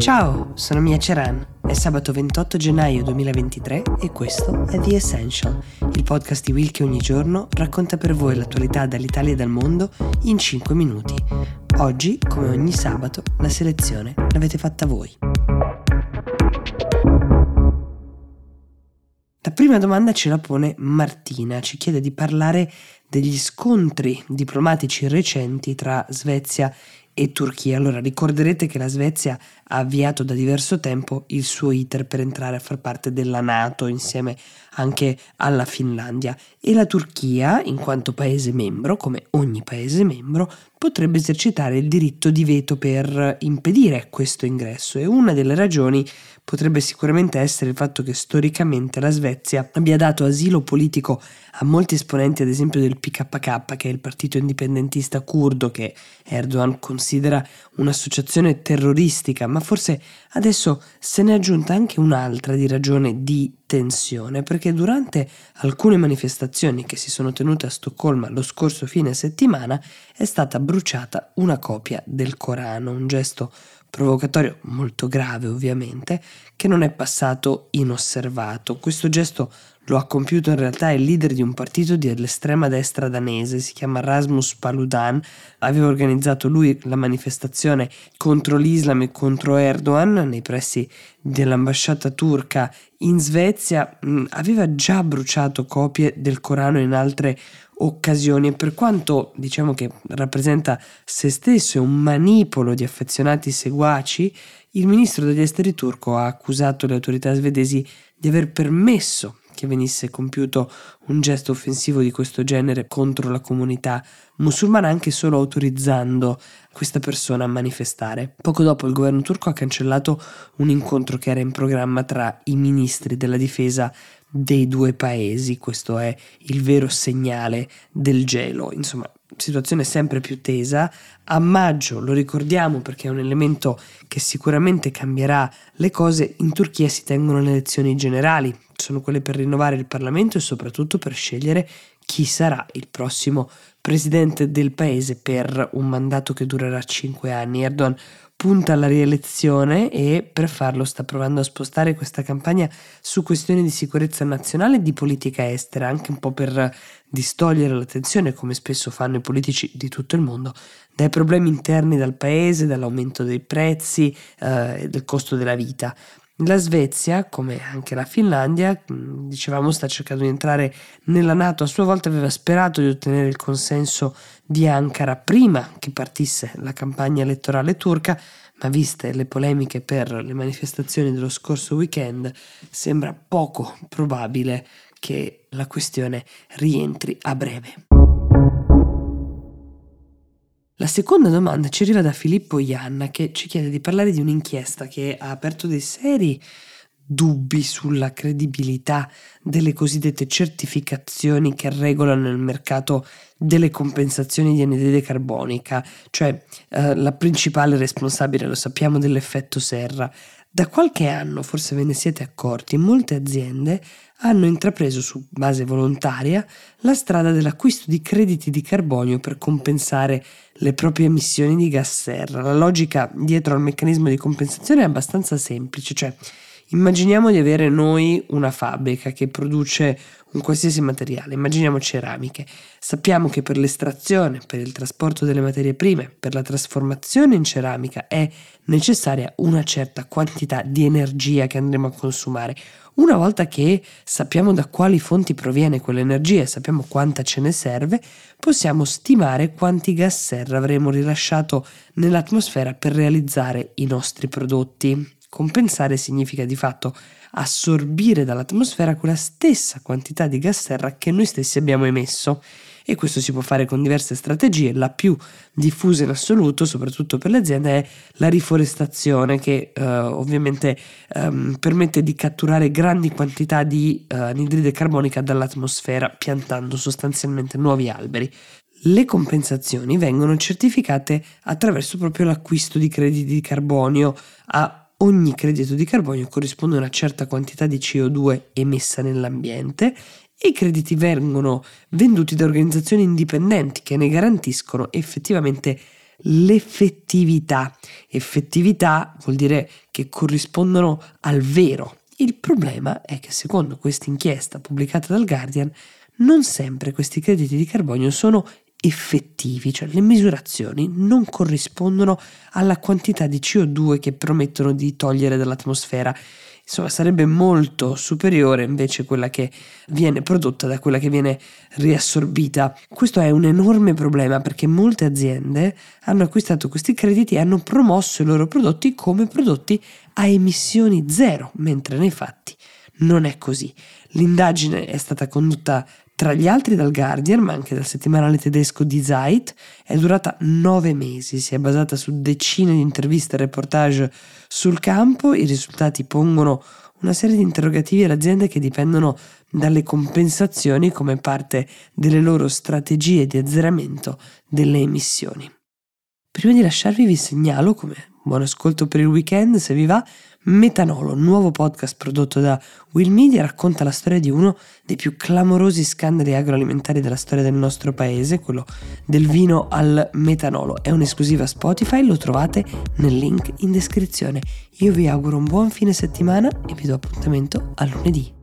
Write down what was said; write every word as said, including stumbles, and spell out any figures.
Ciao, sono Mia Ceran. È sabato ventotto gennaio duemilaventitré e questo è The Essential, il podcast di Will che ogni giorno racconta per voi l'attualità dall'Italia e dal mondo in cinque minuti. Oggi, come ogni sabato, la selezione l'avete fatta voi. La prima domanda ce la pone Martina, ci chiede di parlare degli scontri diplomatici recenti tra Svezia e Turchia. Allora, ricorderete che la Svezia ha avviato da diverso tempo il suo iter per entrare a far parte della NATO insieme anche alla Finlandia, e la Turchia, in quanto paese membro, come ogni paese membro, potrebbe esercitare il diritto di veto per impedire questo ingresso, e una delle ragioni potrebbe sicuramente essere il fatto che storicamente la Svezia abbia dato asilo politico a molti esponenti, ad esempio del P K K, che è il partito indipendentista curdo che Erdogan considera un'associazione terroristica, ma forse adesso se ne è aggiunta anche un'altra di ragione di tensione, perché durante alcune manifestazioni che si sono tenute a Stoccolma lo scorso fine settimana è stata bruciata una copia del Corano, un gesto provocatorio molto grave ovviamente, che non è passato inosservato. Questo gesto lo ha compiuto in realtà il leader di un partito dell'estrema destra danese, si chiama Rasmus Paludan. Aveva organizzato lui la manifestazione contro l'Islam e contro Erdogan nei pressi dell'ambasciata turca in Svezia. Aveva già bruciato copie del Corano in altre occasioni, e per quanto diciamo che rappresenta se stesso e un manipolo di affezionati seguaci, il ministro degli esteri turco ha accusato le autorità svedesi di aver permesso che venisse compiuto un gesto offensivo di questo genere contro la comunità musulmana, anche solo autorizzando questa persona a manifestare. Poco dopo il governo turco ha cancellato un incontro che era in programma tra i ministri della difesa dei due paesi. Questo è il vero segnale del gelo. Insomma, situazione sempre più tesa. A maggio, lo ricordiamo perché è un elemento che sicuramente cambierà le cose, in Turchia si tengono le elezioni generali, sono quelle per rinnovare il Parlamento e soprattutto per scegliere chi sarà il prossimo presidente del paese per un mandato che durerà cinque anni. Erdogan punta alla rielezione e per farlo sta provando a spostare questa campagna su questioni di sicurezza nazionale e di politica estera, anche un po' per distogliere l'attenzione, come spesso fanno i politici di tutto il mondo, dai problemi interni dal paese, dall'aumento dei prezzi eh, e del costo della vita. La Svezia, come anche la Finlandia, dicevamo, sta cercando di entrare nella NATO. A sua volta aveva sperato di ottenere il consenso di Ankara prima che partisse la campagna elettorale turca, ma viste le polemiche per le manifestazioni dello scorso weekend, sembra poco probabile che la questione rientri a breve. La seconda domanda ci arriva da Filippo Ianna, che ci chiede di parlare di un'inchiesta che ha aperto dei seri dubbi sulla credibilità delle cosiddette certificazioni che regolano il mercato delle compensazioni di anidride carbonica, cioè eh, la principale responsabile, lo sappiamo, dell'effetto serra. Da qualche anno, forse ve ne siete accorti, molte aziende hanno intrapreso su base volontaria la strada dell'acquisto di crediti di carbonio per compensare le proprie emissioni di gas serra. La logica dietro al meccanismo di compensazione è abbastanza semplice, cioè immaginiamo di avere noi una fabbrica che produce un qualsiasi materiale, immaginiamo ceramiche. Sappiamo che per l'estrazione, per il trasporto delle materie prime, per la trasformazione in ceramica è necessaria una certa quantità di energia che andremo a consumare. Una volta che sappiamo da quali fonti proviene quell'energia e sappiamo quanta ce ne serve, possiamo stimare quanti gas serra avremo rilasciato nell'atmosfera per realizzare i nostri prodotti. Compensare significa di fatto assorbire dall'atmosfera quella stessa quantità di gas serra che noi stessi abbiamo emesso, e questo si può fare con diverse strategie. La più diffusa in assoluto, soprattutto per le aziende, è la riforestazione, che eh, ovviamente ehm, permette di catturare grandi quantità di eh, anidride carbonica dall'atmosfera piantando sostanzialmente nuovi alberi. Le compensazioni vengono certificate attraverso proprio l'acquisto di crediti di carbonio. A ogni credito di carbonio corrisponde una certa quantità di C O due emessa nell'ambiente, e i crediti vengono venduti da organizzazioni indipendenti che ne garantiscono effettivamente l'effettività. Effettività vuol dire che corrispondono al vero. Il problema è che secondo questa inchiesta pubblicata dal Guardian non sempre questi crediti di carbonio sono effettivi, cioè le misurazioni non corrispondono alla quantità di C O due che promettono di togliere dall'atmosfera. Insomma, sarebbe molto superiore invece quella che viene prodotta da quella che viene riassorbita. Questo è un enorme problema perché molte aziende hanno acquistato questi crediti e hanno promosso i loro prodotti come prodotti a emissioni zero, mentre nei fatti non è così. L'indagine è stata condotta tra gli altri dal Guardian, ma anche dal settimanale tedesco Die Zeit, è durata nove mesi, si è basata su decine di interviste e reportage sul campo. I risultati pongono una serie di interrogativi alle aziende che dipendono dalle compensazioni come parte delle loro strategie di azzeramento delle emissioni. Prima di lasciarvi vi segnalo, come buon ascolto per il weekend, se vi va, Metanolo, nuovo podcast prodotto da Will Media, racconta la storia di uno dei più clamorosi scandali agroalimentari della storia del nostro paese, quello del vino al metanolo. È un'esclusiva Spotify, lo trovate nel link in descrizione. Io vi auguro un buon fine settimana e vi do appuntamento a lunedì.